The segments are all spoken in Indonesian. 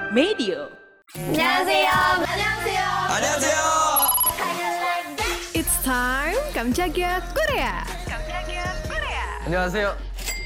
Medio. 안녕하세요. 안녕하세요. 안녕하세요. It's time Kamchagia Korea. 안녕하세요.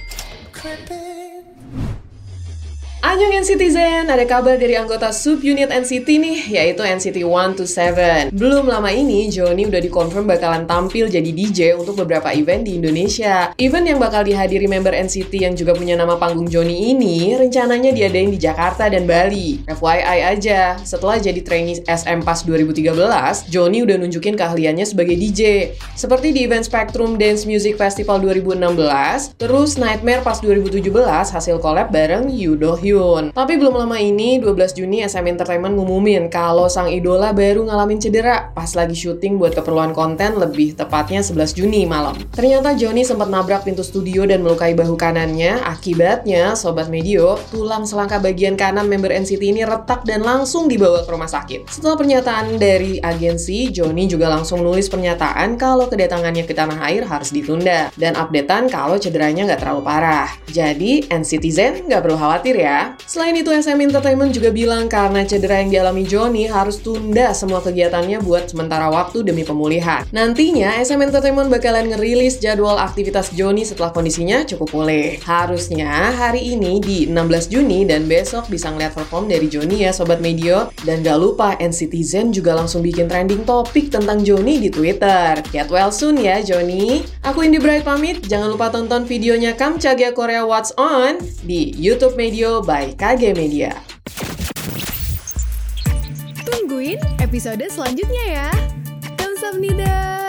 Annyeong NCTzen, ada kabar dari anggota subunit NCT nih, yaitu NCT 127. Belum lama ini, Johnny udah dikonfirm bakalan tampil jadi DJ untuk beberapa event di Indonesia. Event yang bakal dihadiri member NCT yang juga punya nama panggung Johnny ini, rencananya diadain di Jakarta dan Bali. FYI aja, setelah jadi trainee SM PAS 2013, Johnny udah nunjukin keahliannya sebagai DJ. Seperti di event Spectrum Dance Music Festival 2016, terus Nightmare PAS 2017 hasil collab bareng Yoo Do-hyun. Tapi belum lama ini, 12 Juni SM Entertainment ngumumin kalau sang idola baru ngalamin cedera pas lagi syuting buat keperluan konten, lebih tepatnya 11 Juni malam. Ternyata Johnny sempat nabrak pintu studio dan melukai bahu kanannya. Akibatnya, Sobat Medio, tulang selangkah bagian kanan member NCT ini retak dan langsung dibawa ke rumah sakit. Setelah pernyataan dari agensi, Johnny juga langsung nulis pernyataan kalau kedatangannya ke tanah air harus ditunda dan updatean kalau cederanya nggak terlalu parah. Jadi, NCTzen nggak perlu khawatir ya. Selain itu, SM Entertainment juga bilang karena cedera yang dialami Johnny harus tunda semua kegiatannya buat sementara waktu demi pemulihan. Nantinya, SM Entertainment bakalan ngerilis jadwal aktivitas Johnny setelah kondisinya cukup pulih. Harusnya hari ini di 16 Juni dan besok bisa ngeliat perform dari Johnny ya Sobat Medio. Dan gak lupa NCTzen juga langsung bikin trending topik tentang Johnny di Twitter. Get well soon ya Johnny. Aku Indi Bright pamit, jangan lupa tonton videonya Kamchagia Korea What's On di YouTube Medio by KG Media. Tungguin episode selanjutnya ya. Kamsahamnida.